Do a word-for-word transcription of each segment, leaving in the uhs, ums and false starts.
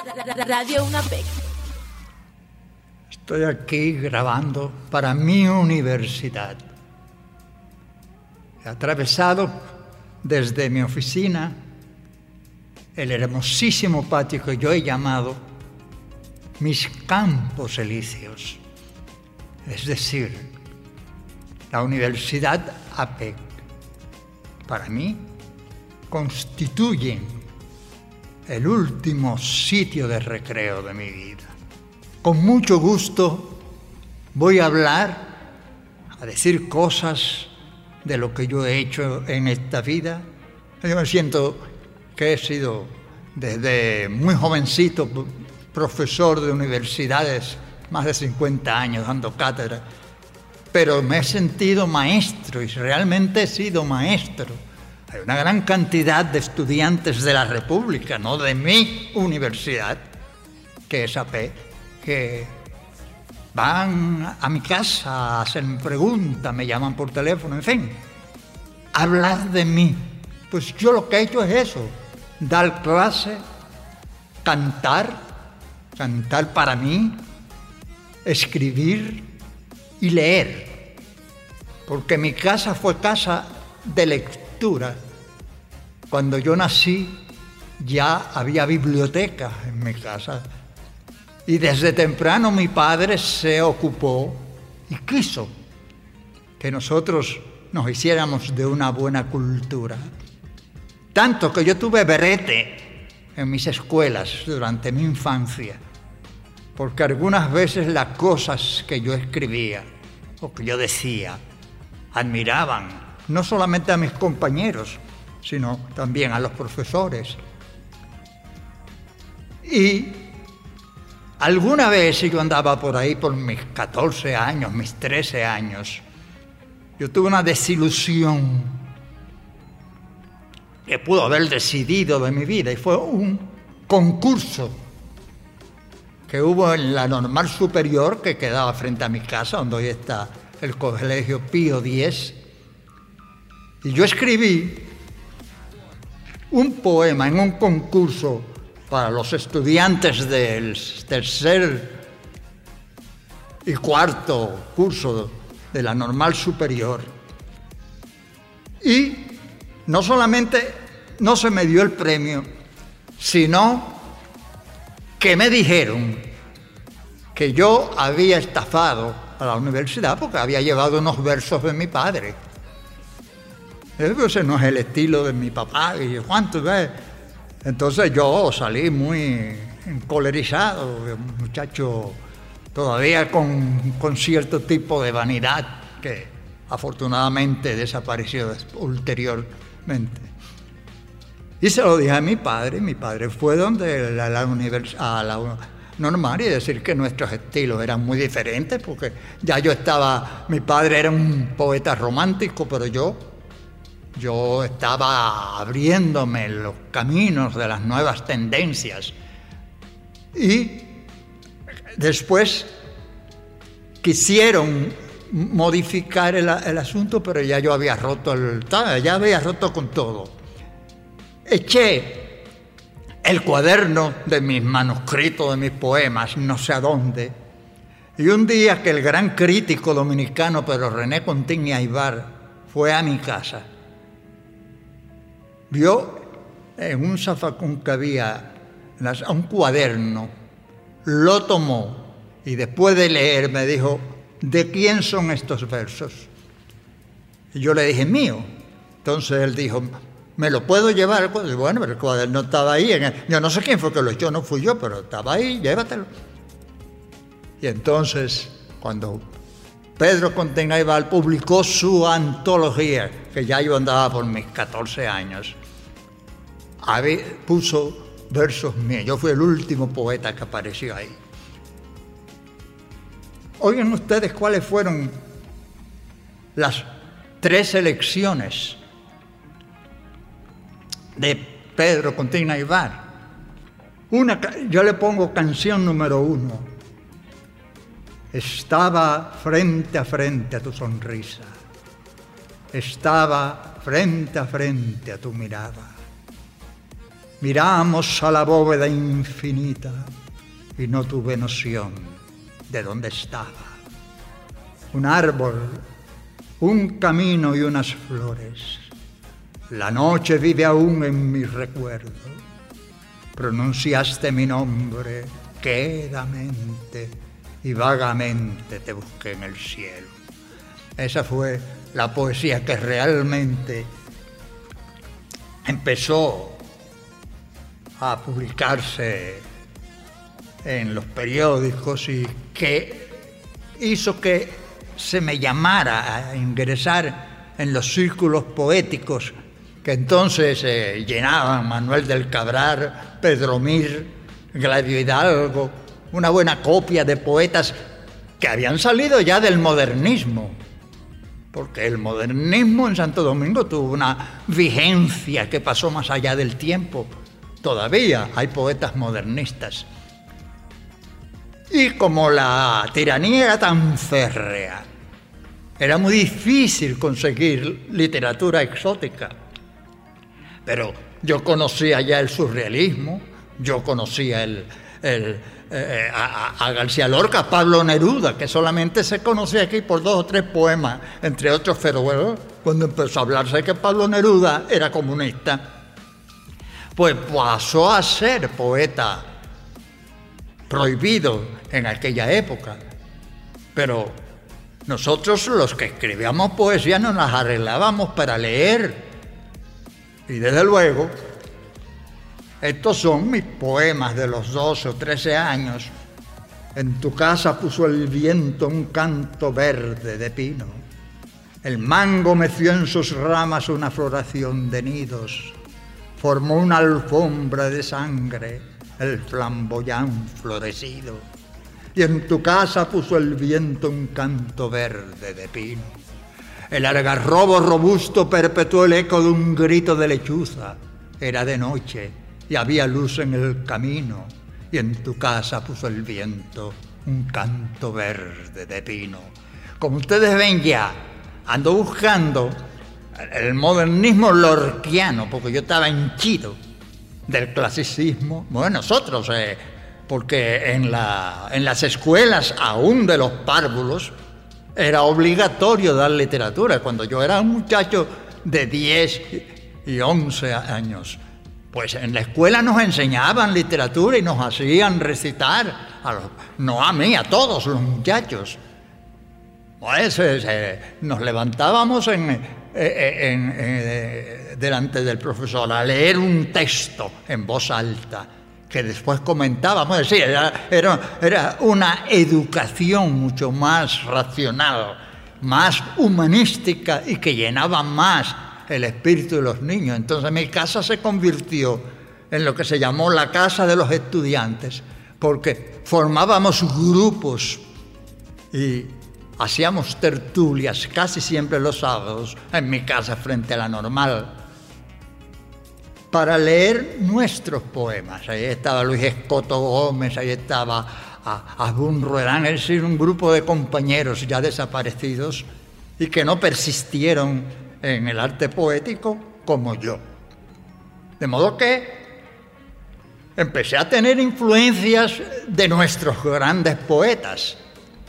Radio UNAPEC. Estoy aquí grabando para mi universidad. He atravesado desde mi oficina el hermosísimo patio que yo he llamado mis campos elíseos, es decir, la Universidad A P E C. Para mí, constituyen el último sitio de recreo de mi vida. Con mucho gusto voy a hablar, a decir cosas de lo que yo he hecho en esta vida. Yo me siento que he sido desde muy jovencito profesor de universidades, más de cincuenta años dando cátedra, pero me he sentido maestro y realmente he sido maestro. Hay una gran cantidad de estudiantes de la República, no de mi universidad, que es A P E C, que van a mi casa a hacerme preguntas, me llaman por teléfono, en fin, hablar de mí. Pues yo lo que he hecho es eso, dar clase, cantar, cantar para mí, escribir y leer, porque mi casa fue casa de lectura. Cuando yo nací ya había biblioteca en mi casa y desde temprano mi padre se ocupó y quiso que nosotros nos hiciéramos de una buena cultura. Tanto que yo tuve berete en mis escuelas durante mi infancia, porque algunas veces las cosas que yo escribía o que yo decía admiraban no solamente a mis compañeros, sino también a los profesores. Y alguna vez yo andaba por ahí por mis catorce años, mis trece años, yo tuve una desilusión que pudo haber decidido de mi vida, y fue un concurso que hubo en la Normal Superior, que quedaba frente a mi casa, donde hoy está el Colegio Pío X. Y yo escribí un poema en un concurso para los estudiantes del tercer y cuarto curso de la Normal Superior. Y no solamente no se me dio el premio, sino que me dijeron que yo había estafado a la universidad porque había llevado unos versos de mi padre. Ese no es el estilo de mi papá. Y yo, ¿cuánto ves? Entonces yo salí muy encolerizado, un muchacho todavía con, con cierto tipo de vanidad que afortunadamente desapareció ulteriormente. Y se lo dije a mi padre, y mi padre fue donde la, la univers- a la Normal y decir que nuestros estilos eran muy diferentes, porque ya yo estaba, mi padre era un poeta romántico, pero yo, yo estaba abriéndome los caminos de las nuevas tendencias. Y después quisieron modificar el, el asunto, pero ya yo había roto el, ya había roto con todo. Eché el cuaderno de mis manuscritos, de mis poemas, no sé a dónde. Y un día que el gran crítico dominicano Pedro René Contín y Aybar fue a mi casa, vio en un zafacón que había un cuaderno, lo tomó y después de leer me dijo, ¿de quién son estos versos? Y yo le dije, mío. Entonces él dijo, ¿me lo puedo llevar? Bueno, pero el cuaderno estaba ahí. En el... Yo no sé quién fue que lo echó, no fui yo, pero estaba ahí, llévatelo. Y entonces, cuando Pedro Contín Aybar publicó su antología, que ya yo andaba por mis catorce años, había, puso versos míos. Yo fui el último poeta que apareció ahí. Oigan ustedes cuáles fueron las tres elecciones de Pedro Contín Aybar. Una, yo le pongo canción número uno. Estaba frente a frente a tu sonrisa. Estaba frente a frente a tu mirada. Miramos a la bóveda infinita y no tuve noción de dónde estaba. Un árbol, un camino y unas flores. La noche vive aún en mi recuerdo. Pronunciaste mi nombre quedamente y vagamente te busqué en el cielo. Esa fue la poesía que realmente empezó a publicarse en los periódicos y que hizo que se me llamara a ingresar en los círculos poéticos que entonces eh, llenaban Manuel del Cabral, Pedro Mir, Gladio Hidalgo, una buena copia de poetas que habían salido ya del modernismo, porque el modernismo en Santo Domingo tuvo una vigencia que pasó más allá del tiempo. Todavía hay poetas modernistas. Y como la tiranía era tan férrea, era muy difícil conseguir literatura exótica. Pero yo conocía ya el surrealismo, yo conocía el, el, eh, a, a García Lorca, a Pablo Neruda, que solamente se conocía aquí por dos o tres poemas, entre otros, pero bueno, cuando empezó a hablarse de que Pablo Neruda era comunista, pues pasó a ser poeta prohibido en aquella época. Pero nosotros los que escribíamos poesía nos las arreglábamos para leer. Y desde luego, estos son mis poemas de los doce o trece años. En tu casa puso el viento un canto verde de pino. El mango meció en sus ramas una floración de nidos. Formó una alfombra de sangre el flamboyán florecido. Y en tu casa puso el viento un canto verde de pino. El algarrobo robusto perpetuó el eco de un grito de lechuza. Era de noche y había luz en el camino, y en tu casa puso el viento un canto verde de pino. Como ustedes ven ya, ando buscando el modernismo lorquiano, porque yo estaba henchido del clasicismo. Bueno, nosotros, eh, porque en, la, en las escuelas, aún de los párvulos, era obligatorio dar literatura. Cuando yo era un muchacho de diez y once años, pues en la escuela nos enseñaban literatura y nos hacían recitar, a los, no a mí, a todos los muchachos. Pues eh, nos levantábamos en, en, en, en, delante del profesor a leer un texto en voz alta, que después comentábamos. Es decir, era, era, era una educación mucho más racional, más humanística y que llenaba más el espíritu de los niños. Entonces mi casa se convirtió en lo que se llamó la casa de los estudiantes, porque formábamos grupos y hacíamos tertulias casi siempre los sábados en mi casa frente a la Normal, para leer nuestros poemas. Ahí estaba Luis Escoto Gómez, ahí estaba Asbun Ruedán, es decir, un grupo de compañeros ya desaparecidos y que no persistieron en el arte poético como yo. De modo que empecé a tener influencias de nuestros grandes poetas.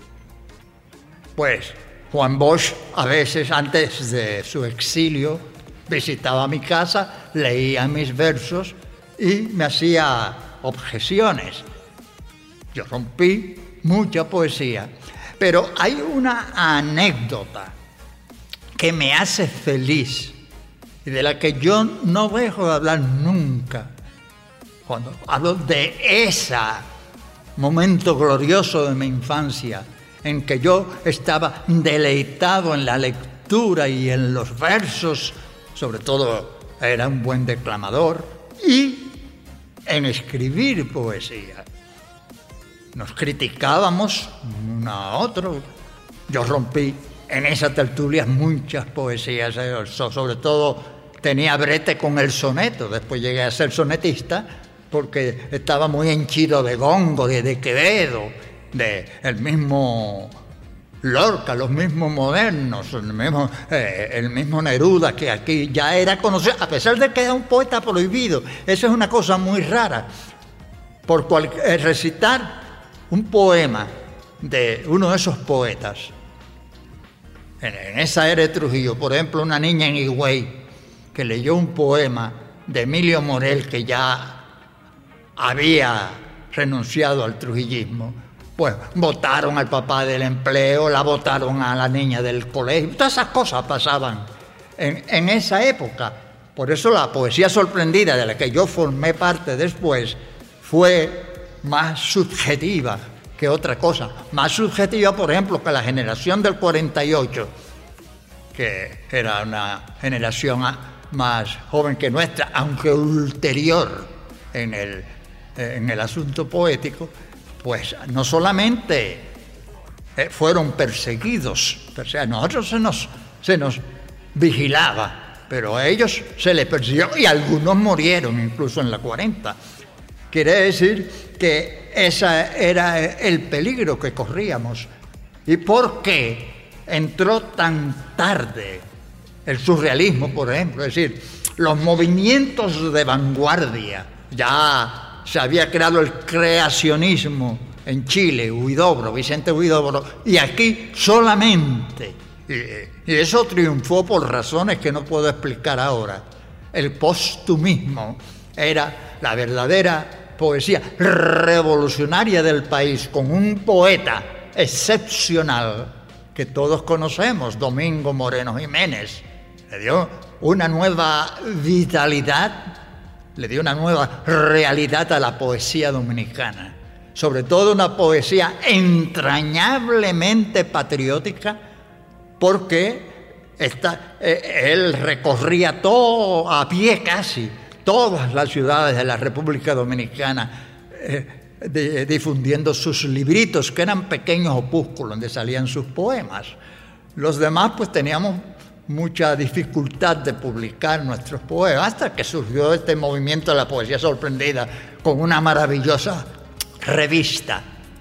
Pues Juan Bosch, a veces antes de su exilio, visitaba mi casa, leía mis versos y me hacía objeciones. Yo rompí mucha poesía, pero hay una anécdota que me hace feliz y de la que yo no dejo de hablar nunca. Cuando hablo de ese momento glorioso de mi infancia, en que yo estaba deleitado en la lectura y en los versos, sobre todo era un buen declamador, y en escribir poesía. Nos criticábamos uno a otro. Yo rompí en esas tertulias muchas poesías, sobre todo tenía brete con el soneto. Después llegué a ser sonetista porque estaba muy henchido de Góngora, de Quevedo, de el mismo Lorca, los mismos modernos, el mismo, eh, el mismo Neruda, que aquí ya era conocido, a pesar de que era un poeta prohibido. Eso es una cosa muy rara. Por cual, eh, recitar un poema de uno de esos poetas, en, en esa era de Trujillo, por ejemplo, una niña en Higüey, que leyó un poema de Emilio Morel, que ya había renunciado al trujillismo, pues votaron al papá del empleo, la votaron a la niña del colegio. Todas esas cosas pasaban en, en esa época. Por eso la poesía sorprendida, de la que yo formé parte después, fue más subjetiva que otra cosa. Más subjetiva, por ejemplo, que la generación del cuarenta y ocho, que era una generación más joven que nuestra, aunque ulterior en el, en el asunto poético. Pues no solamente eh, fueron perseguidos, o sea, a nosotros se nos, se nos vigilaba, pero a ellos se les persiguió y algunos murieron incluso en la cuarenta. Quiere decir que ese era el peligro que corríamos. ¿Y por qué entró tan tarde el surrealismo, por ejemplo? Es decir, los movimientos de vanguardia. Ya se había creado el creacionismo en Chile, Huidobro, Vicente Huidobro, y aquí solamente, y, y eso triunfó por razones que no puedo explicar ahora. El postumismo era la verdadera poesía revolucionaria del país, con un poeta excepcional que todos conocemos, Domingo Moreno Jiménez. Le dio una nueva vitalidad, le dio una nueva realidad a la poesía dominicana, sobre todo una poesía entrañablemente patriótica, porque esta, eh, él recorría todo a pie casi, todas las ciudades de la República Dominicana, eh, de, difundiendo sus libritos, que eran pequeños opúsculos donde salían sus poemas. Los demás pues teníamos mucha dificultad de publicar nuestros poemas, hasta que surgió este movimiento de la poesía sorprendida con una maravillosa revista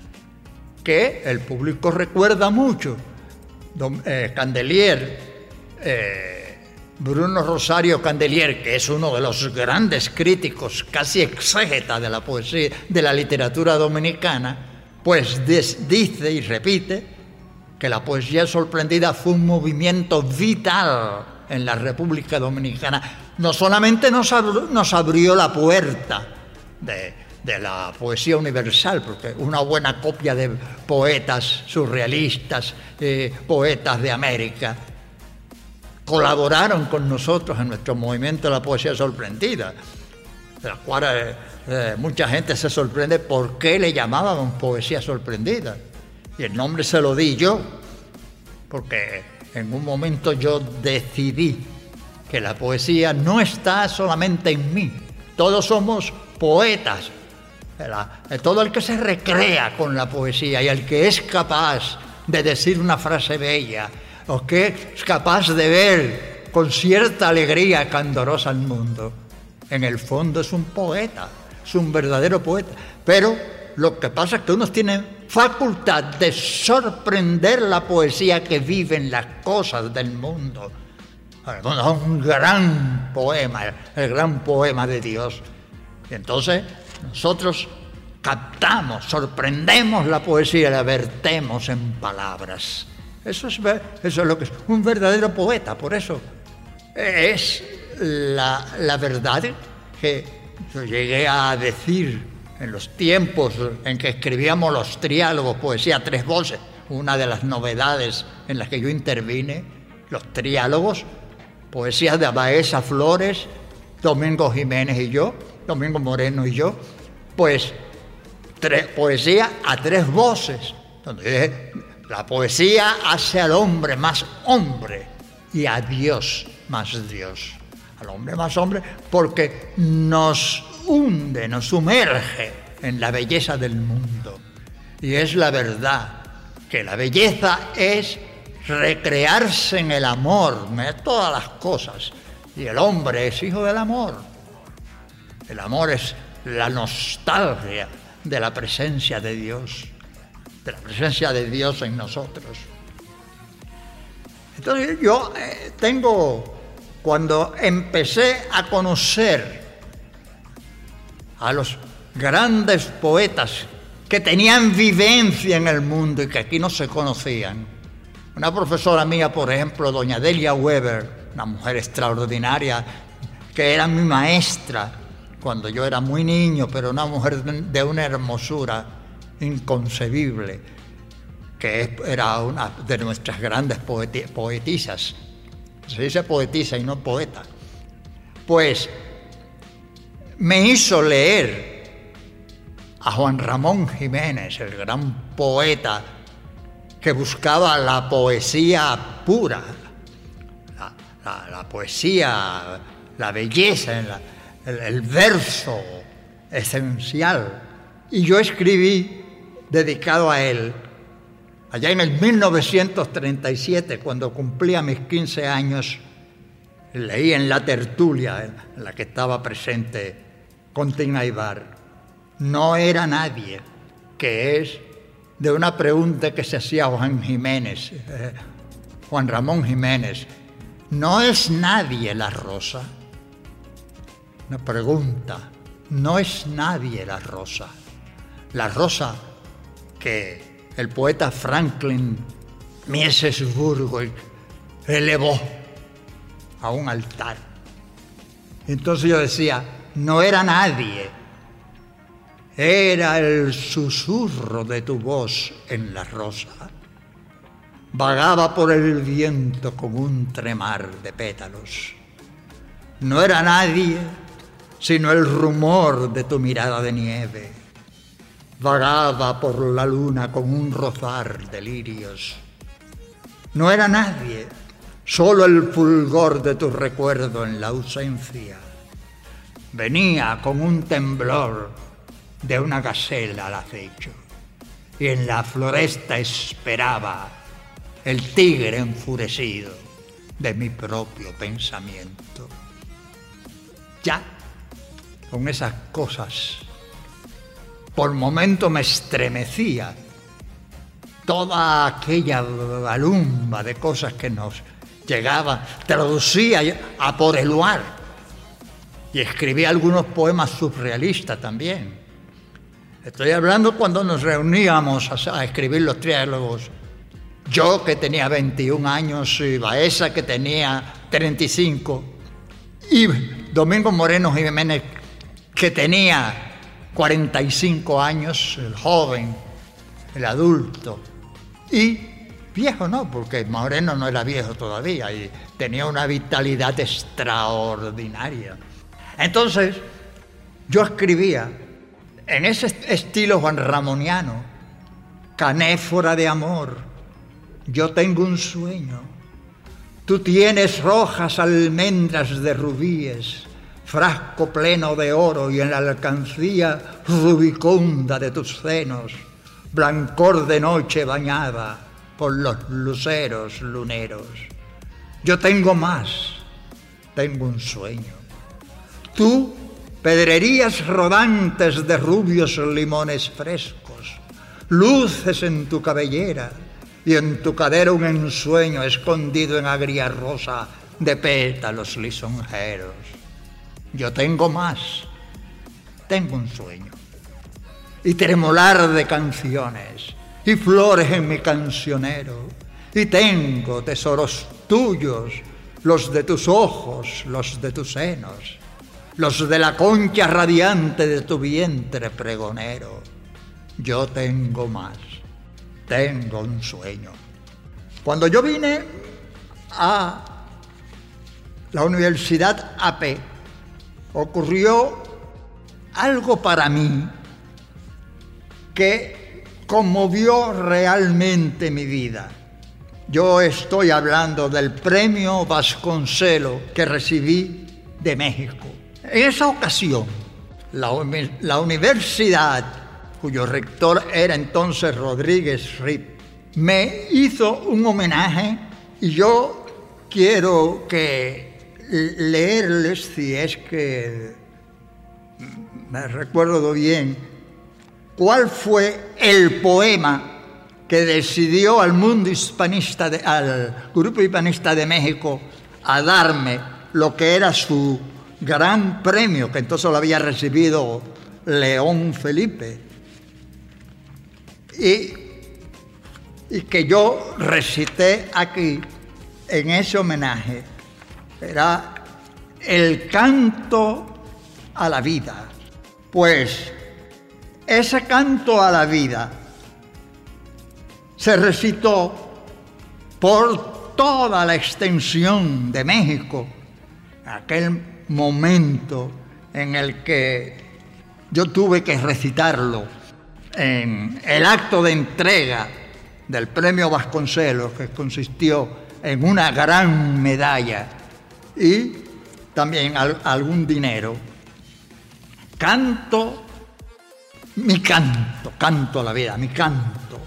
que el público recuerda mucho. Don, eh, Candelier, eh, Bruno Rosario Candelier, que es uno de los grandes críticos, casi exégeta de la poesía, de la literatura dominicana, pues des, dice y repite que la poesía sorprendida fue un movimiento vital en la República Dominicana. No solamente nos abrió, nos abrió la puerta de, de la poesía universal, porque una buena copia de poetas surrealistas, eh, poetas de América, colaboraron con nosotros en nuestro movimiento de la poesía sorprendida, de la cual eh, eh, mucha gente se sorprende por qué le llamábamos poesía sorprendida. Y el nombre se lo di yo, porque en un momento yo decidí que la poesía no está solamente en mí. Todos somos poetas. Todo el que se recrea con la poesía y el que es capaz de decir una frase bella, o que es capaz de ver con cierta alegría candorosa al mundo, en el fondo es un poeta, es un verdadero poeta. Pero lo que pasa es que unos tienen facultad de sorprender la poesía que vive en las cosas del mundo. Un gran poema, el gran poema de Dios. Y entonces nosotros captamos, sorprendemos la poesía y la vertemos en palabras. Eso es, eso es lo que es un verdadero poeta. Por eso es la, la verdad que yo llegué a decir en los tiempos en que escribíamos los triálogos, poesía a tres voces, una de las novedades en las que yo intervine, los triálogos, poesías de Baeza Flores, Domingo Jiménez y yo, Domingo Moreno y yo, pues tres, poesía a tres voces, donde la poesía hace al hombre más hombre y a Dios más Dios, al hombre más hombre, porque nos hunde, nos sumerge en la belleza del mundo. Y es la verdad, que la belleza es recrearse en el amor, de todas las cosas. Y el hombre es hijo del amor. El amor es la nostalgia de la presencia de Dios, de la presencia de Dios en nosotros. Entonces yo eh, tengo, cuando empecé a conocer a los grandes poetas que tenían vivencia en el mundo y que aquí no se conocían, una profesora mía, por ejemplo, doña Delia Weber, una mujer extraordinaria, que era mi maestra cuando yo era muy niño, pero una mujer de una hermosura inconcebible, que era una de nuestras grandes poeti- poetisas. Se dice poetisa y no poeta. Pues me hizo leer a Juan Ramón Jiménez, el gran poeta que buscaba la poesía pura, la, la, la poesía, la belleza, la, el, el verso esencial. Y yo escribí dedicado a él, allá en el mil novecientos treinta y siete, cuando cumplía mis quince años, leí en la tertulia en la que estaba presente Contín Aybar, no era nadie, que es de una pregunta que se hacía Juan Jiménez, eh, Juan Ramón Jiménez, ¿no es nadie la rosa? Una pregunta, no es nadie la rosa. La rosa que el poeta Franklin Miesesburgo elevó a un altar. Entonces yo decía, no era nadie, era el susurro de tu voz en la rosa. Vagaba por el viento como un tremar de pétalos. No era nadie, sino el rumor de tu mirada de nieve. Vagaba por la luna con un rozar de lirios. No era nadie, solo el fulgor de tu recuerdo en la ausencia. Venía con un temblor de una gacela al acecho, y en la floresta esperaba el tigre enfurecido de mi propio pensamiento. Ya, con esas cosas, por momento me estremecía toda aquella balumba de cosas que nos llegaban, traducía a por el lugar y escribía algunos poemas surrealistas también. Estoy hablando cuando nos reuníamos a, a escribir los triálogos. Yo, que tenía veintiún años, y Baeza, que tenía treinta y cinco, y Domingo Moreno Jiménez, que tenía cuarenta y cinco años, el joven, el adulto. Y viejo no, porque Moreno no era viejo todavía y tenía una vitalidad extraordinaria. Entonces, yo escribía en ese estilo Juan Ramoniano, canéfora de amor, yo tengo un sueño. Tú tienes rojas almendras de rubíes, frasco pleno de oro y en la alcancía rubiconda de tus senos, blancor de noche bañada por los luceros luneros. Yo tengo más, tengo un sueño. Tú, pedrerías rodantes de rubios limones frescos, luces en tu cabellera y en tu cadera un ensueño escondido en agria rosa de pétalos lisonjeros. Yo tengo más, tengo un sueño. Y tremolar de canciones y flores en mi cancionero. Y tengo tesoros tuyos, los de tus ojos, los de tus senos, los de la concha radiante de tu vientre pregonero. Yo tengo más, tengo un sueño. Cuando yo vine a la Universidad A P, ocurrió algo para mí que conmovió realmente mi vida. Yo estoy hablando del premio Vasconcelo que recibí de México. En esa ocasión, la, la universidad, cuyo rector era entonces Rodríguez Rip, me hizo un homenaje y yo quiero que leerles, si es que me recuerdo bien, cuál fue el poema que decidió al mundo hispanista, de, al Grupo Hispanista de México, a darme lo que era su gran premio, que entonces lo había recibido León Felipe, y, y que yo recité aquí en ese homenaje. Era el canto a la vida. Pues ese canto a la vida se recitó por toda la extensión de México, aquel momento en el que yo tuve que recitarlo en el acto de entrega del premio Vasconcelos, que consistió en una gran medalla y también al, algún dinero. Canto, mi canto, canto a la vida, mi canto.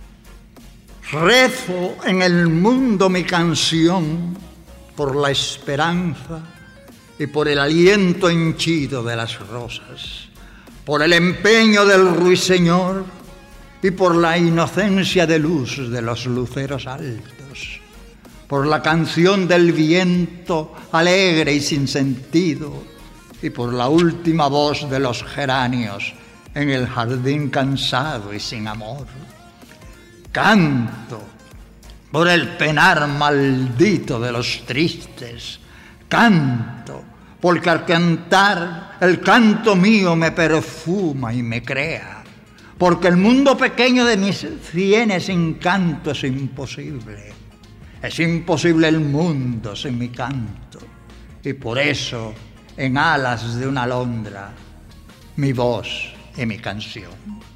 Rezo en el mundo mi canción por la esperanza y por el aliento henchido de las rosas, por el empeño del ruiseñor y por la inocencia de luz de los luceros altos, por la canción del viento alegre y sin sentido y por la última voz de los geranios en el jardín cansado y sin amor. Canto por el penar maldito de los tristes, canto porque al cantar el canto mío me perfuma y me crea, porque el mundo pequeño de mis sienes sin canto es imposible. Es imposible el mundo sin mi canto, y por eso, en alas de una alondra, mi voz y mi canción.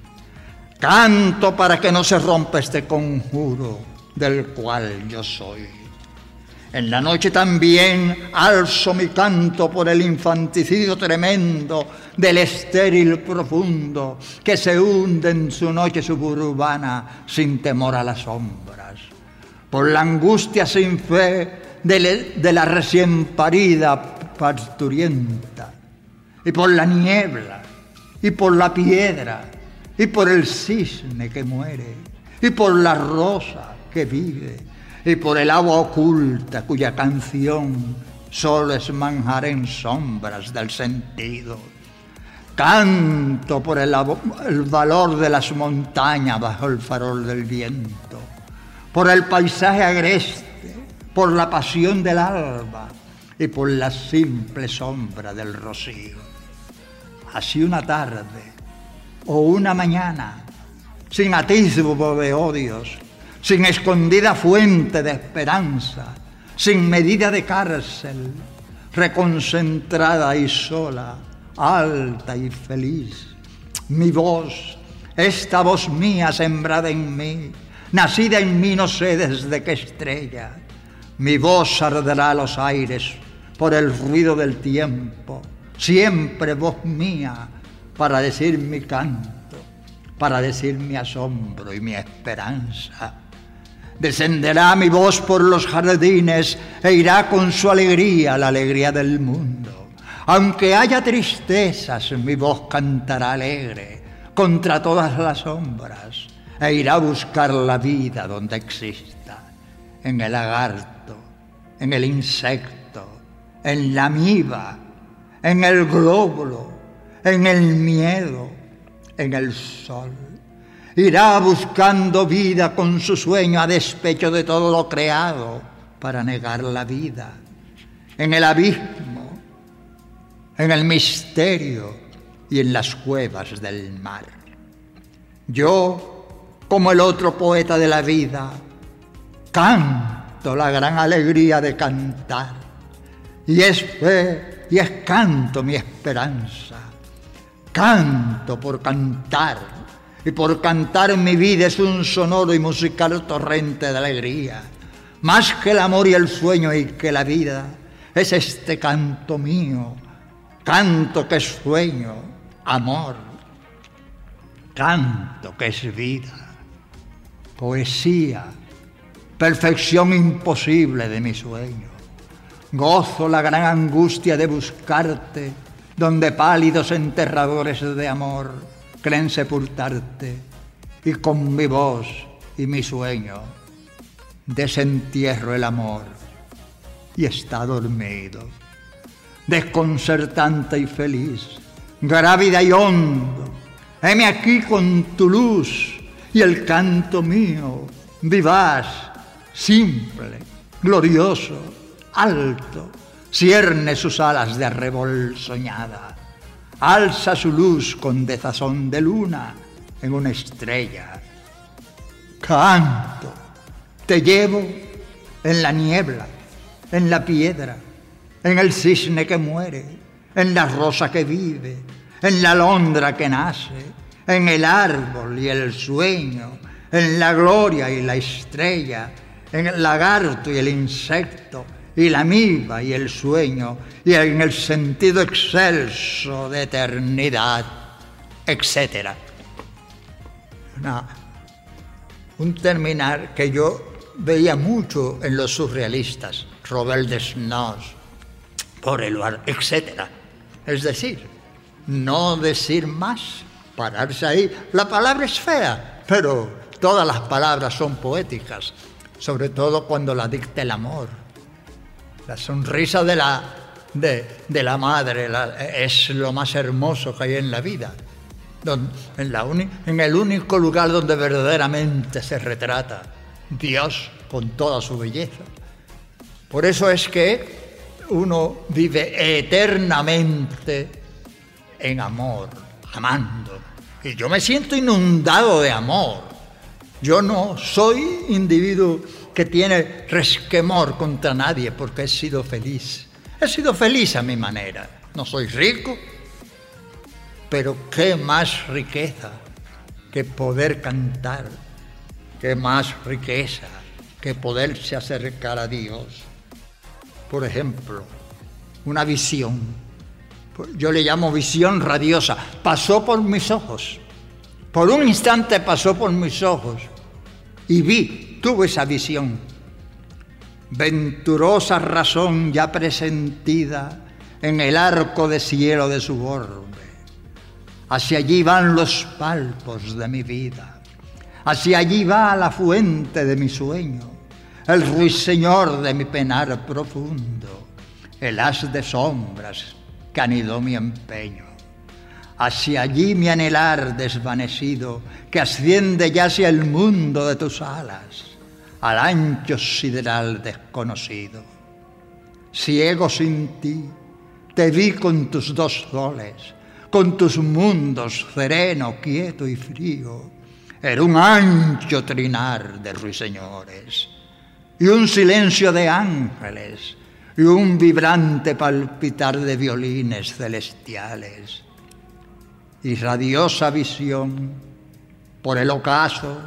Canto para que no se rompa este conjuro del cual yo soy. En la noche también alzo mi canto por el infanticidio tremendo del estéril profundo que se hunde en su noche suburbana sin temor a las sombras. Por la angustia sin fe de, le, de la recién parida parturienta, y por la niebla, y por la piedra, y por el cisne que muere, y por la rosa que vive, y por el agua oculta cuya canción solo es manjar en sombras del sentido. Canto por el, el valor de las montañas bajo el farol del viento, por el paisaje agreste, por la pasión del alba y por la simple sombra del rocío. Así una tarde o una mañana, sin atisbo de odios, sin escondida fuente de esperanza, sin medida de cárcel, reconcentrada y sola, alta y feliz, mi voz, esta voz mía sembrada en mí, nacida en mí no sé desde qué estrella, mi voz arderá los aires por el ruido del tiempo, siempre voz mía para decir mi canto, para decir mi asombro y mi esperanza. Descenderá mi voz por los jardines e irá con su alegría la alegría del mundo. Aunque haya tristezas, mi voz cantará alegre contra todas las sombras e irá a buscar la vida donde exista, en el lagarto, en el insecto, en la amiba, en el glóbulo, en el miedo, en el sol. Irá buscando vida con su sueño a despecho de todo lo creado para negar la vida, en el abismo, en el misterio y en las cuevas del mar. Yo, como el otro poeta de la vida, canto la gran alegría de cantar, y es fe y es canto mi esperanza. Canto por cantar, y por cantar mi vida es un sonoro y musical torrente de alegría. Más que el amor y el sueño y que la vida, es este canto mío, canto que es sueño, amor, canto que es vida, poesía, perfección imposible de mi sueño. Gozo la gran angustia de buscarte, donde pálidos enterradores de amor creen sepultarte, y con mi voz y mi sueño, desentierro el amor y está dormido, desconcertante y feliz, grávida y hondo. Heme aquí con tu luz y el canto mío, vivaz, simple, glorioso, alto, cierne sus alas de arrebol soñada, alza su luz con desazón de luna en una estrella. Canto, te llevo en la niebla, en la piedra, en el cisne que muere, en la rosa que vive, en la alondra que nace, en el árbol y el sueño, en la gloria y la estrella, en el lagarto y el insecto, y la amiba y el sueño, y en el sentido excelso de eternidad, etcétera. Una, un terminar que yo veía mucho en los surrealistas, Robert Desnos, por Eluard, etcétera. Es decir, no decir más, pararse ahí. La palabra es fea, pero todas las palabras son poéticas, sobre todo cuando la dicta el amor. La sonrisa de la, de, de la madre la, es lo más hermoso que hay en la vida, donde, en, la uni, en el único lugar donde verdaderamente se retrata Dios con toda su belleza. Por eso es que uno vive eternamente en amor, amando. Y yo me siento inundado de amor. Yo no soy individuo que tiene resquemor contra nadie porque he sido feliz. He sido feliz a mi manera. No soy rico, pero qué más riqueza que poder cantar, qué más riqueza que poderse acercar a Dios. Por ejemplo, una visión, yo le llamo visión radiosa, pasó por mis ojos, por un instante pasó por mis ojos y vi, tuve esa visión, venturosa razón ya presentida en el arco de cielo de su orbe. Hacia allí van los palpos de mi vida, hacia allí va la fuente de mi sueño, el ruiseñor de mi penar profundo, el haz de sombras que anidó mi empeño. Hacia allí mi anhelar desvanecido, que asciende ya hacia el mundo de tus alas, al ancho sideral desconocido. Ciego sin ti, te vi con tus dos soles, con tus mundos sereno, quieto y frío. Era un ancho trinar de ruiseñores, y un silencio de ángeles, y un vibrante palpitar de violines celestiales. Y radiosa visión por el ocaso,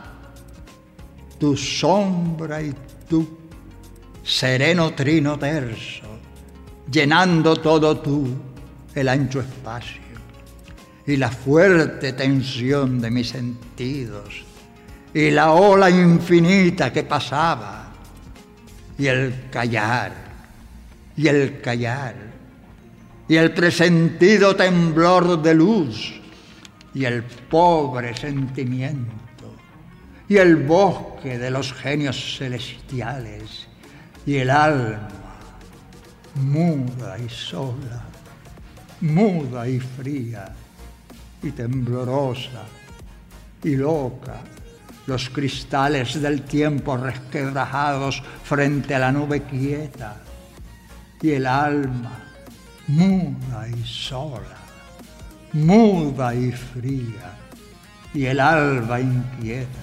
tu sombra y tú, sereno trino terso, llenando todo tú el ancho espacio, y la fuerte tensión de mis sentidos, y la ola infinita que pasaba, y el callar, y el callar, y el presentido temblor de luz, y el pobre sentimiento, y el bosque de los genios celestiales, y el alma muda y sola, muda y fría, y temblorosa y loca, los cristales del tiempo resquebrajados frente a la nube quieta, y el alma muda y sola, muda y fría, y el alba inquieta.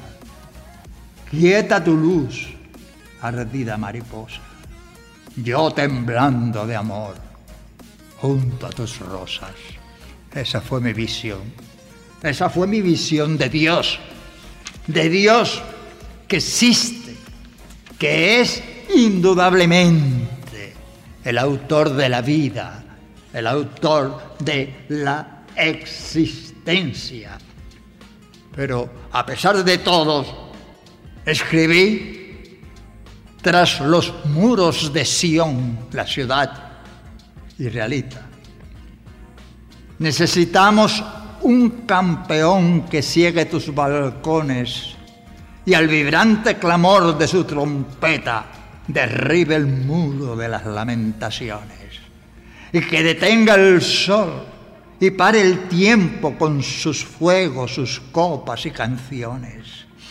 Quieta tu luz, ardida mariposa, yo temblando de amor, junto a tus rosas. Esa fue mi visión, esa fue mi visión de Dios, de Dios que existe, que es indudablemente el autor de la vida, el autor de la existencia. Pero a pesar de todo, escribí tras los muros de Sión, la ciudad israelita. Necesitamos un campeón que ciegue tus balcones y al vibrante clamor de su trompeta derribe el muro de las lamentaciones, y que detenga el sol y pare el tiempo con sus fuegos, sus copas y canciones,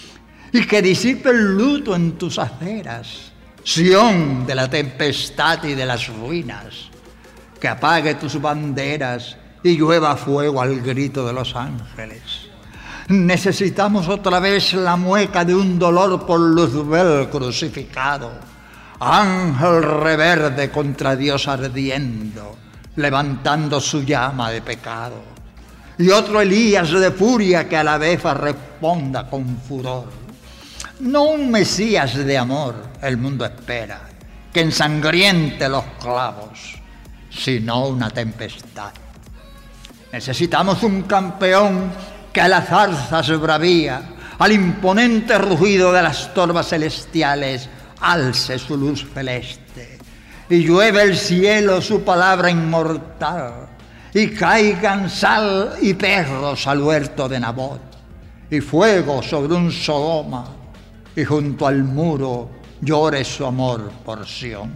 y que disipe el luto en tus aceras, Sión de la tempestad y de las ruinas, que apague tus banderas y llueva fuego al grito de los ángeles. Necesitamos otra vez la mueca de un dolor por Luzbel crucificado, ángel reverde contra Dios ardiendo, levantando su llama de pecado, y otro Elías de furia que a la vez responda con furor. No un Mesías de amor el mundo espera, que ensangriente los clavos, sino una tempestad. Necesitamos un campeón que a las zarzas bravía, al imponente rugido de las torbas celestiales, alce su luz celeste, y llueve el cielo su palabra inmortal, y caigan sal y perros al huerto de Nabot, y fuego sobre un Sodoma, y junto al muro llore su amor por Sión.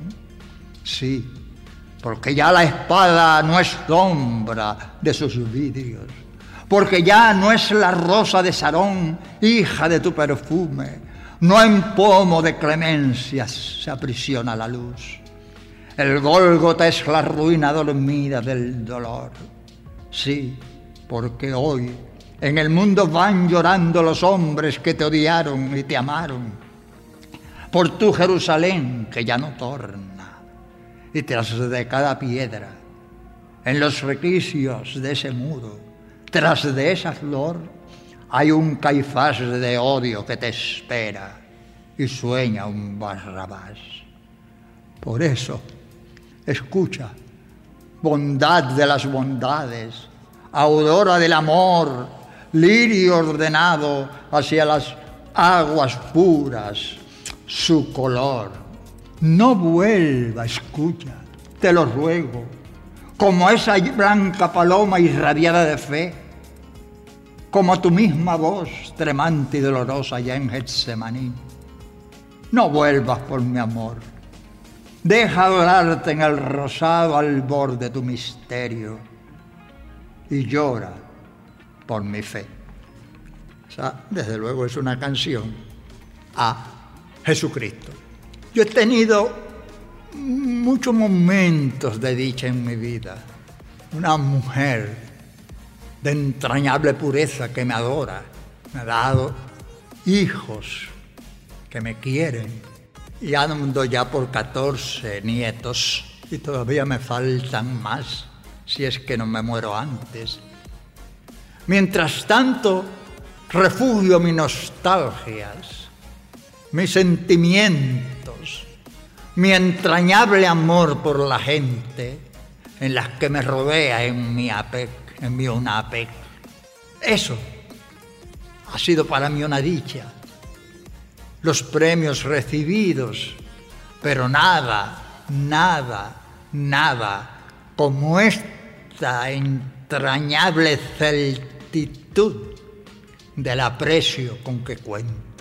Sí, porque ya la espada no es sombra de sus vidrios, porque ya no es la rosa de Sarón, hija de tu perfume, no en pomo de clemencias se aprisiona la luz. El Gólgota es la ruina dormida del dolor. Sí, porque hoy en el mundo van llorando los hombres que te odiaron y te amaron, por tu Jerusalén que ya no torna, y tras de cada piedra, en los requicios de ese muro, tras de esa flor, hay un Caifás de odio que te espera y sueña un Barrabás. Por eso, escucha, bondad de las bondades, aurora del amor, lirio ordenado hacia las aguas puras, su color. No vuelva, escucha, te lo ruego, como esa blanca paloma irradiada de fe, como tu misma voz tremante y dolorosa allá en Getsemaní. No vuelvas por mi amor, deja adorarte en el rosado albor de tu misterio y llora por mi fe. O sea, desde luego es una canción a Jesucristo. Yo he tenido muchos momentos de dicha en mi vida. Una mujer de entrañable pureza que me adora, me ha dado hijos que me quieren, y ando ya por catorce nietos y todavía me faltan más si es que no me muero antes. Mientras tanto, refugio mis nostalgias, mis sentimientos, mi entrañable amor por la gente en las que me rodea en mi APEC, en mi UNAPEC. Eso ha sido para mí una dicha. Los premios recibidos, pero nada, nada, nada como esta entrañable certitud del aprecio con que cuento.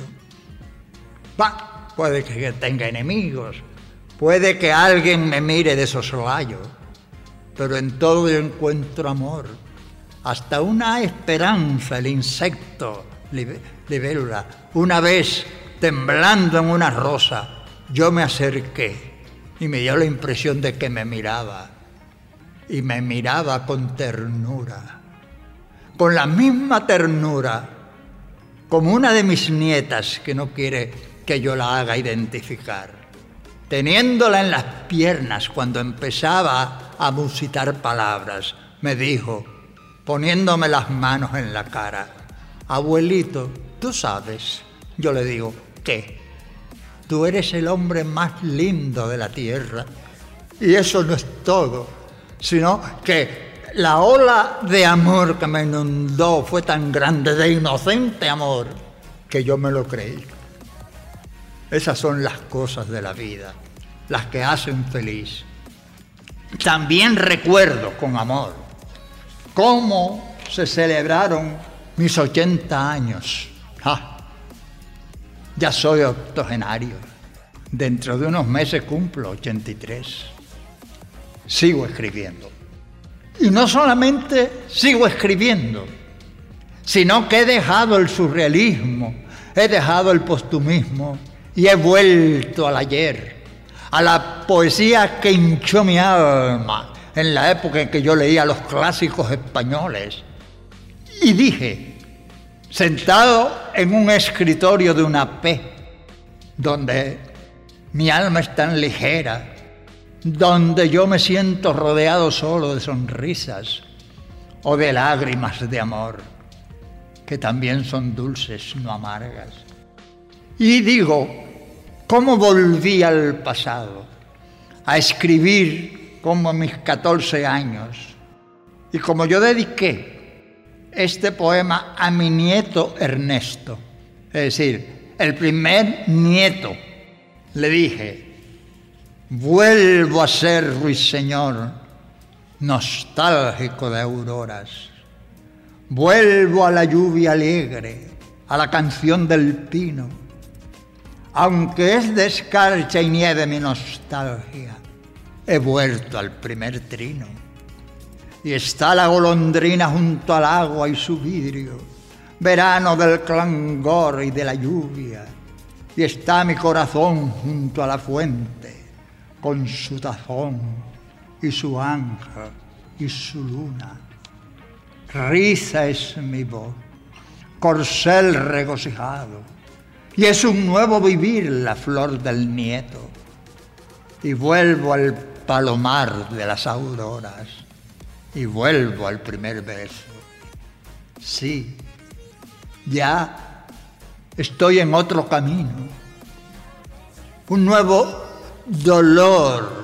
Bah, puede que tenga enemigos, puede que alguien me mire de soslayo, pero en todo yo encuentro amor, hasta una esperanza. El insecto libélula, una vez temblando en una rosa, yo me acerqué y me dio la impresión de que me miraba, y me miraba con ternura, con la misma ternura como una de mis nietas que no quiere que yo la haga identificar, teniéndola en las piernas cuando empezaba a musitar palabras, me dijo, poniéndome las manos en la cara, abuelito, tú sabes. Yo le digo, ¿qué? Tú eres el hombre más lindo de la tierra. Y eso no es todo, sino que la ola de amor que me inundó fue tan grande, de inocente amor, que yo me lo creí. Esas son las cosas de la vida, las que hacen feliz. También recuerdo con amor cómo se celebraron mis ochenta años. ¡Ah! Ya soy octogenario. Dentro de unos meses cumplo ochenta y tres. Sigo escribiendo. Y no solamente sigo escribiendo, sino que he dejado el surrealismo, he dejado el postumismo y he vuelto al ayer, a la poesía que hinchó mi alma en la época en que yo leía los clásicos españoles. Y dije, sentado en un escritorio de una P, donde mi alma es tan ligera, donde yo me siento rodeado solo de sonrisas o de lágrimas de amor, que también son dulces, no amargas. Y digo, ¿cómo volví al pasado a escribir como a mis catorce años? Y como yo dediqué este poema a mi nieto Ernesto, es decir, el primer nieto, le dije, vuelvo a ser ruiseñor, nostálgico de auroras. Vuelvo a la lluvia alegre, a la canción del pino. Aunque es de escarcha y nieve mi nostalgia, he vuelto al primer trino. Y está la golondrina junto al agua y su vidrio, verano del clangor y de la lluvia. Y está mi corazón junto a la fuente, con su tazón y su ángel y su luna. Risa es mi voz, corcel regocijado, y es un nuevo vivir la flor del nieto. Y vuelvo al palomar de las auroras, y vuelvo al primer beso. Sí, ya estoy en otro camino, un nuevo dolor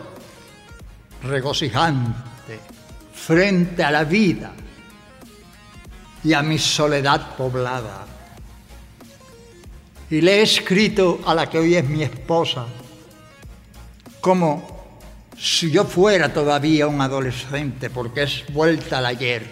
regocijante frente a la vida y a mi soledad poblada. Y le he escrito a la que hoy es mi esposa, como si yo fuera todavía un adolescente, porque es vuelta al ayer.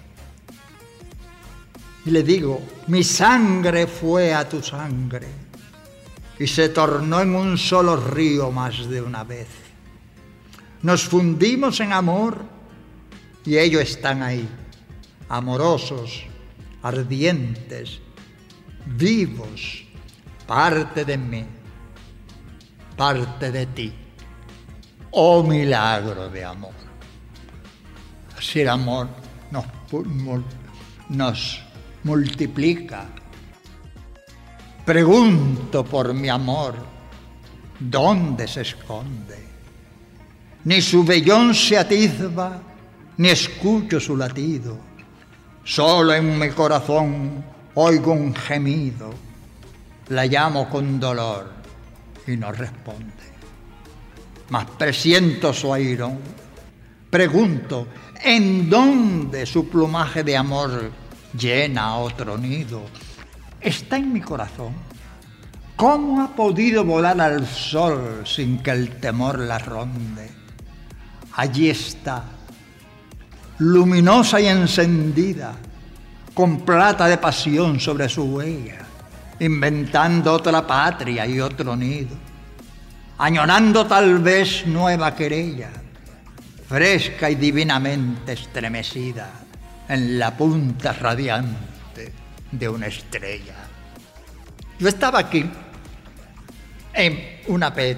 Y le digo, mi sangre fue a tu sangre y se tornó en un solo río más de una vez. Nos fundimos en amor y ellos están ahí, amorosos, ardientes, vivos, parte de mí, parte de ti. Oh milagro de amor. Así el amor nos, nos multiplica. Pregunto por mi amor, ¿dónde se esconde? Ni su vellón se atisba, ni escucho su latido. Solo en mi corazón oigo un gemido. La llamo con dolor y no responde. Mas presiento su airón. Pregunto, ¿en dónde su plumaje de amor llena otro nido? Está en mi corazón. ¿Cómo ha podido volar al sol sin que el temor la ronde? Allí está, luminosa y encendida, con plata de pasión sobre su huella, inventando otra patria y otro nido, añorando tal vez nueva querella, fresca y divinamente estremecida en la punta radiante de una estrella. Yo estaba aquí, en una P E T,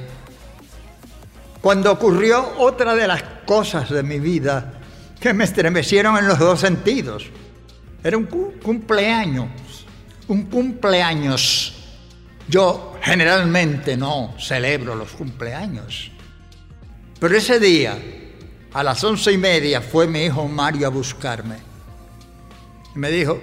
cuando ocurrió otra de las cosas de mi vida que me estremecieron en los dos sentidos. Era un cumpleaños, un cumpleaños. Yo generalmente no celebro los cumpleaños, pero ese día, a las once y media, fue mi hijo Mario a buscarme. Y me dijo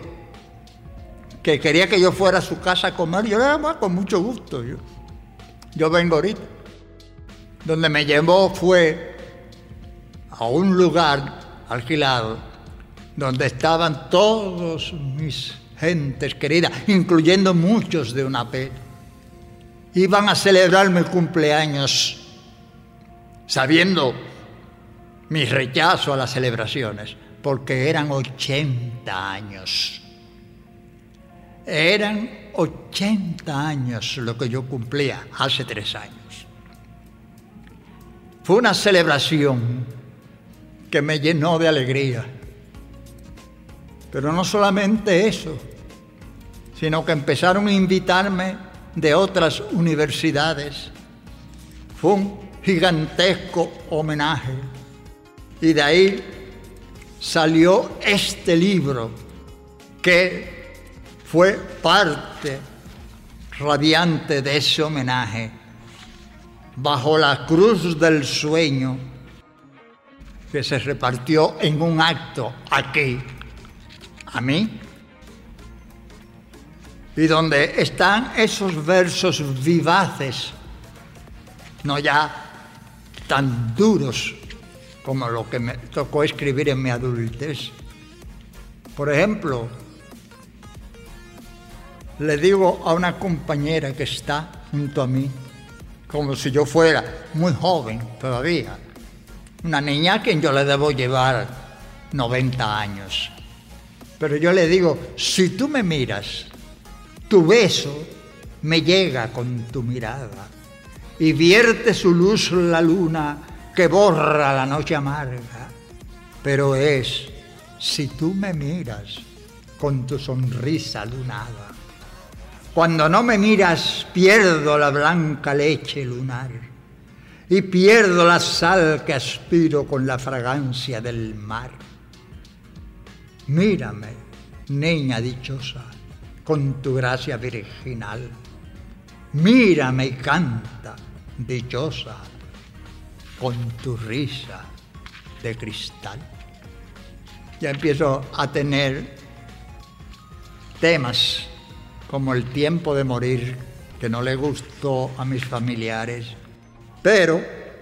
que quería que yo fuera a su casa a comer. Yo le dije, con mucho gusto, yo, yo vengo ahorita. Donde me llevó fue a un lugar alquilado, donde estaban todos mis gentes queridas, incluyendo muchos de una P E T. Iban a celebrar mi cumpleaños, sabiendo mi rechazo a las celebraciones, porque eran ochenta años. Eran ochenta años lo que yo cumplía hace tres años. Fue una celebración que me llenó de alegría. Pero no solamente eso, sino que empezaron a invitarme de otras universidades. Fue un gigantesco homenaje. Y de ahí salió este libro, que fue parte radiante de ese homenaje, Bajo la cruz del sueño, que se repartió en un acto aquí, a mí, y donde están esos versos vivaces, no ya tan duros como lo que me tocó escribir en mi adultez. Por ejemplo, le digo a una compañera que está junto a mí, como si yo fuera muy joven todavía, una niña a quien yo le debo llevar noventa años. Pero yo le digo, si tú me miras, tu beso me llega con tu mirada y vierte su luz la luna que borra la noche amarga. Pero es, si tú me miras con tu sonrisa lunada. Cuando no me miras, pierdo la blanca leche lunar y pierdo la sal que aspiro con la fragancia del mar. Mírame, niña dichosa, con tu gracia virginal. Mírame y canta, dichosa, con tu risa de cristal. Ya empiezo a tener temas como el tiempo de morir, que no le gustó a mis familiares, pero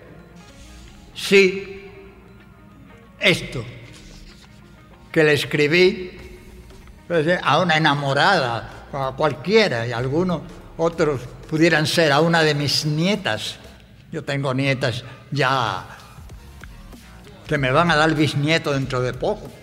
sí esto, que le escribí a una enamorada, a cualquiera, y algunos otros pudieran ser a una de mis nietas. Yo tengo nietas ya que me van a dar bisnieto dentro de poco.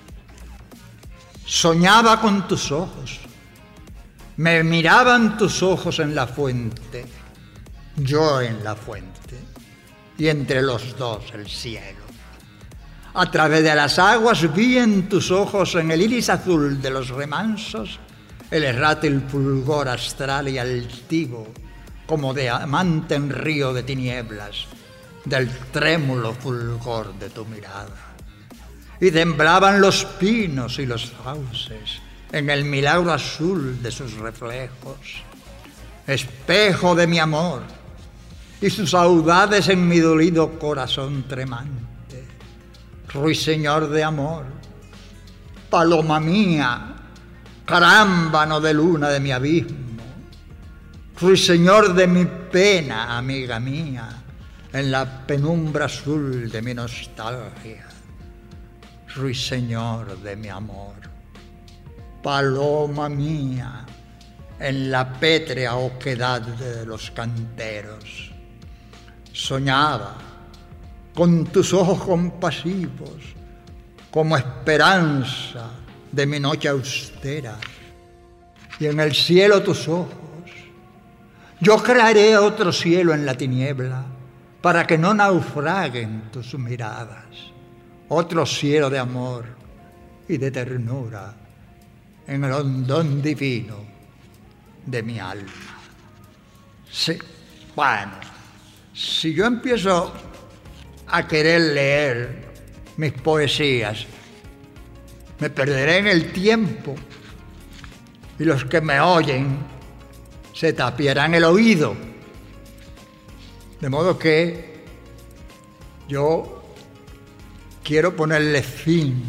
Soñaba con tus ojos, me miraban tus ojos en la fuente, yo en la fuente, y entre los dos el cielo. A través de las aguas vi en tus ojos, en el iris azul de los remansos, el errátil fulgor astral y altivo, como diamante en río de tinieblas, del trémulo fulgor de tu mirada. Y temblaban los pinos y los sauces en el milagro azul de sus reflejos, espejo de mi amor, y sus saudades en mi dolido corazón tremante. Ruiseñor de amor, paloma mía, carámbano de luna de mi abismo, ruiseñor de mi pena, amiga mía, en la penumbra azul de mi nostalgia. Ruiseñor de mi amor, paloma mía, en la pétrea oquedad de los canteros. Soñaba con tus ojos compasivos, como esperanza de mi noche austera, y en el cielo tus ojos. Yo crearé otro cielo en la tiniebla, para que no naufraguen tus miradas, otro cielo de amor y de ternura en el hondón divino de mi alma. Sí, bueno, si yo empiezo a querer leer mis poesías, me perderé en el tiempo y los que me oyen se tapiarán el oído. De modo que yo quiero ponerle fin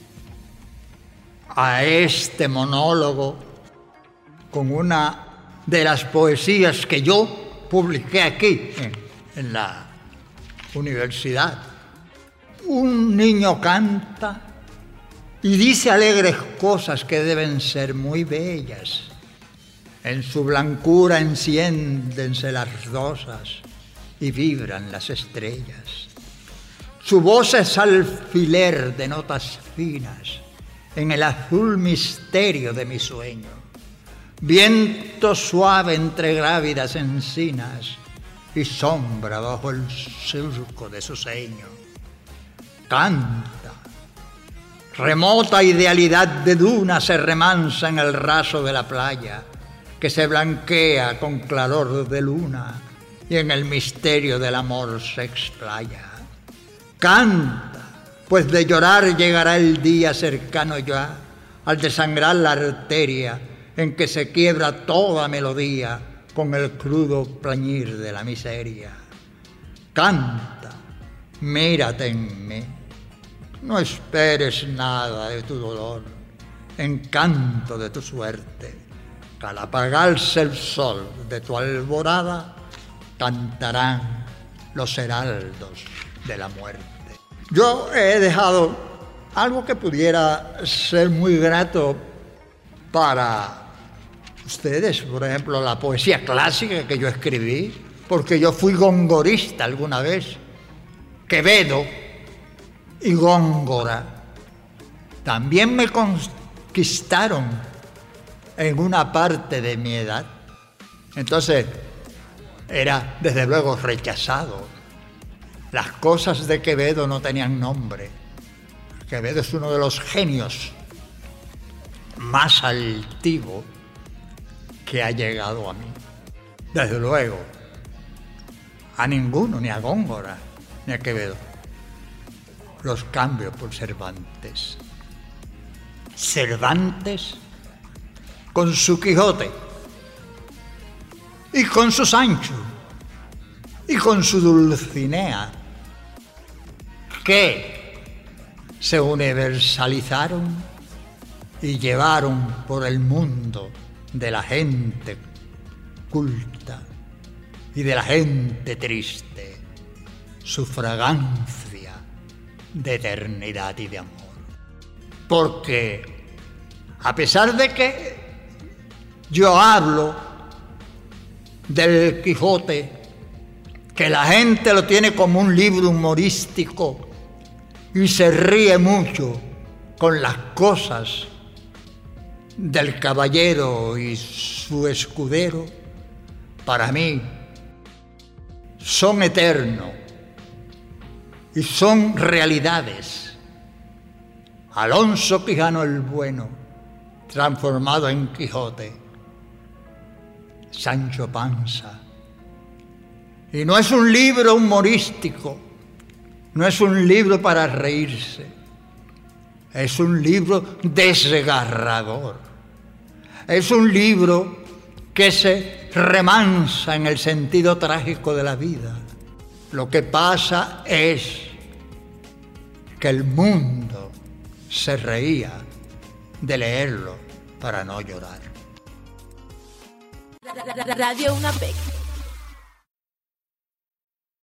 a este monólogo con una de las poesías que yo publiqué aquí en, en la universidad. Un niño canta y dice alegres cosas que deben ser muy bellas. En su blancura enciéndense las rosas y vibran las estrellas. Su voz es alfiler de notas finas en el azul misterio de mi sueño. viento suave entre grávidas encinas y sombra bajo el surco de su ceño. Canta, remota idealidad de duna se remansa en el raso de la playa, que se blanquea con claror de luna y en el misterio del amor se explaya. Canta, pues de llorar llegará el día cercano ya, al desangrar la arteria en que se quiebra toda melodía con el crudo plañir de la miseria. Canta, mírate en mí, no esperes nada de tu dolor, encanto de tu suerte, que al apagarse el sol de tu alborada, cantarán los heraldos de la muerte. Yo he dejado algo que pudiera ser muy grato para ustedes, por ejemplo, la poesía clásica que yo escribí, porque yo fui gongorista alguna vez. Quevedo y Góngora también me conquistaron en una parte de mi edad. Entonces, era desde luego rechazado. Las cosas de Quevedo no tenían nombre. Quevedo es uno de los genios más altivos que ha llegado a mí. Desde luego, a ninguno, ni a Góngora, ni a Quevedo, los cambio por Cervantes. Cervantes, con su Quijote, y con su Sancho, y con su Dulcinea, que se universalizaron y llevaron por el mundo de la gente culta y de la gente triste su fragancia de eternidad y de amor. Porque a pesar de que yo hablo del Quijote, que la gente lo tiene como un libro humorístico y se ríe mucho con las cosas del caballero y su escudero, para mí son eternos y son realidades. Alonso Quijano el Bueno, transformado en Quijote, Sancho Panza. Y no es un libro humorístico, no es un libro para reírse, es un libro desgarrador, es un libro que se remansa en el sentido trágico de la vida. Lo que pasa es que el mundo se reía de leerlo para no llorar. Radio UNAPEC.